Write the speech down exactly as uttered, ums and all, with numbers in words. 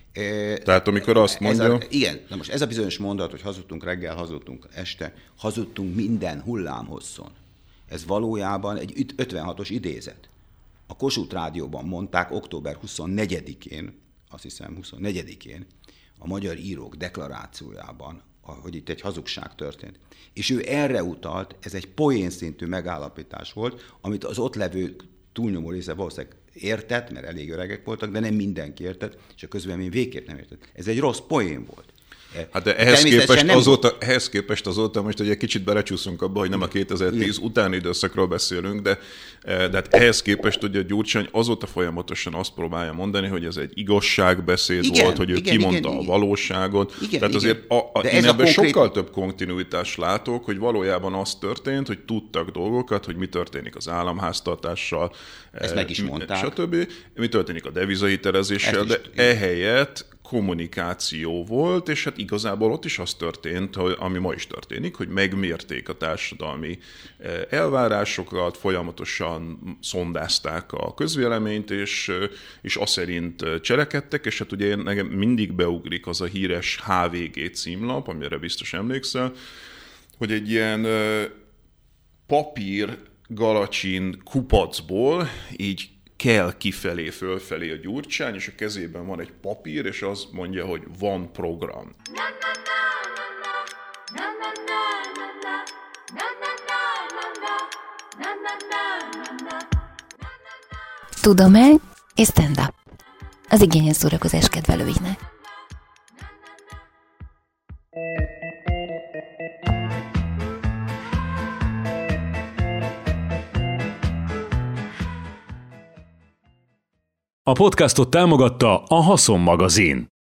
Tehát amikor azt mondja... A, igen, na most ez a bizonyos mondat, hogy hazudtunk reggel, hazudtunk este, hazudtunk minden hullámhosszon. Ez valójában egy ötvenhatos idézet. A Kossuth Rádióban mondták október huszonnegyedikén, azt hiszem huszonnegyedikén, a Magyar Írók deklarációjában, hogy itt egy hazugság történt. És ő erre utalt, ez egy poén szintű megállapítás volt, amit az ott levő túlnyomó része valószínűleg értett, mert elég öregek voltak, de nem mindenki értett, és a közvélemény végképp nem értett. Ez egy rossz poén volt. Hát de ehhez képest, azóta, ehhez képest azóta most egy kicsit belecsúszunk abba, hogy nem a kétezer-tíz igen. utáni időszakról beszélünk, de, de hát ehhez képest ugye Gyurcsány azóta folyamatosan azt próbálja mondani, hogy ez egy igazságbeszéd igen, volt, hogy ő igen, kimondta igen, a valóságot. Igen, Tehát igen. azért a, a, én ebben konkrét... sokkal több kontinuitást látok, hogy valójában az történt, hogy tudtak dolgokat, hogy mi történik az államháztartással, ezt meg is mondták. Stb. Mi történik a devizahitelezéssel, de ehelyett kommunikáció volt, és hát igazából ott is az történt, ami ma is történik, hogy megmérték a társadalmi elvárásokat, folyamatosan szondázták a közvéleményt, és, és azt szerint cselekedtek, és hát ugye nekem mindig beugrik az a híres há vé gé címlap, amire biztos emlékszel, hogy egy ilyen papír galacsin kupacból így kell kifelé, fölfelé a Gyurcsány, és a kezében van egy papír, és az mondja, hogy van program. Tudomány és stand-up. Az igényes szórakozás kedvelőinek. A podcastot támogatta a Haszon magazin.